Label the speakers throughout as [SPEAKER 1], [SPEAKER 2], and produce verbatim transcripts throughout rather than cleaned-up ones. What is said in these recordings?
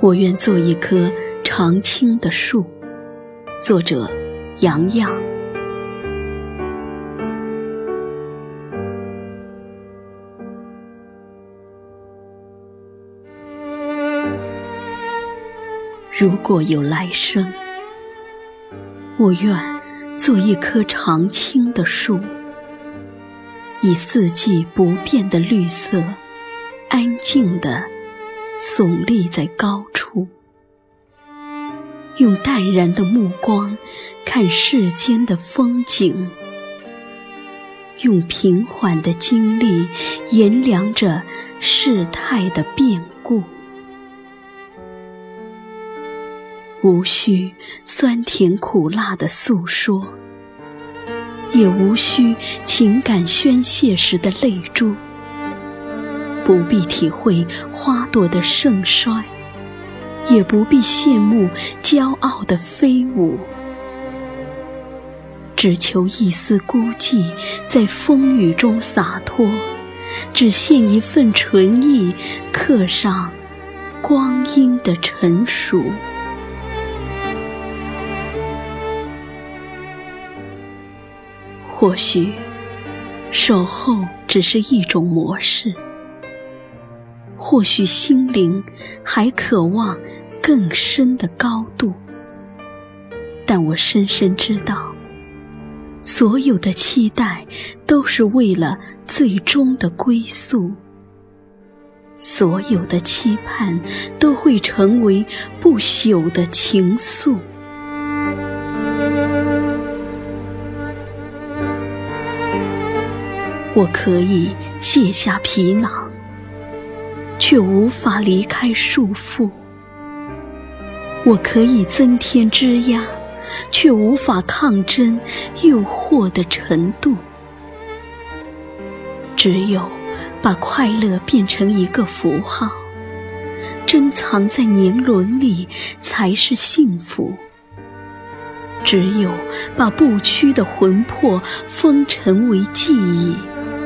[SPEAKER 1] 我愿做一棵常青的树。作者杨漾。如果有来生，我愿做一棵常青的树，以四季不变的绿色，安静地耸立在高处，用淡然的目光看世间的风景，用平缓的经历衡量着事态的变故。无需酸甜苦辣的诉说，也无需情感宣泄时的泪珠，不必体会花朵的盛衰，也不必羡慕骄傲的飞舞，只求一丝孤寂在风雨中洒脱，只献一份纯意，刻上光阴的成熟。或许守候只是一种模式，或许心灵还渴望更深的高度，但我深深知道，所有的期待都是为了最终的归宿，所有的期盼都会成为不朽的情愫。我可以卸下皮囊，却无法离开束缚；我可以增添枝桠，却无法抗争诱惑的程度。只有把快乐变成一个符号，珍藏在年轮里，才是幸福。只有把不屈的魂魄封尘为记忆，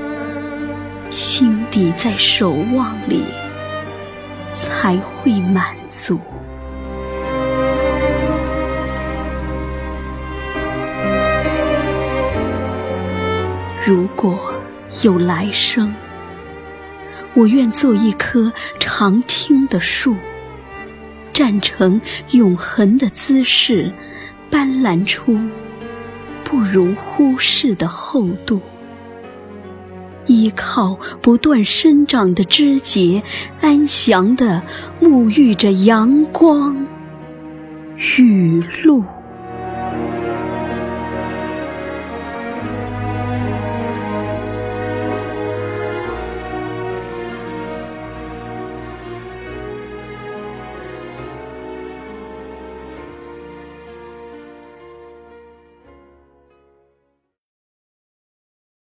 [SPEAKER 1] 心底在守望里才会满足。如果有来生，我愿做一棵常青的树，站成永恒的姿势，斑斓出不容忽视的厚度，依靠不断生长的枝节，安详地沐浴着阳光雨露。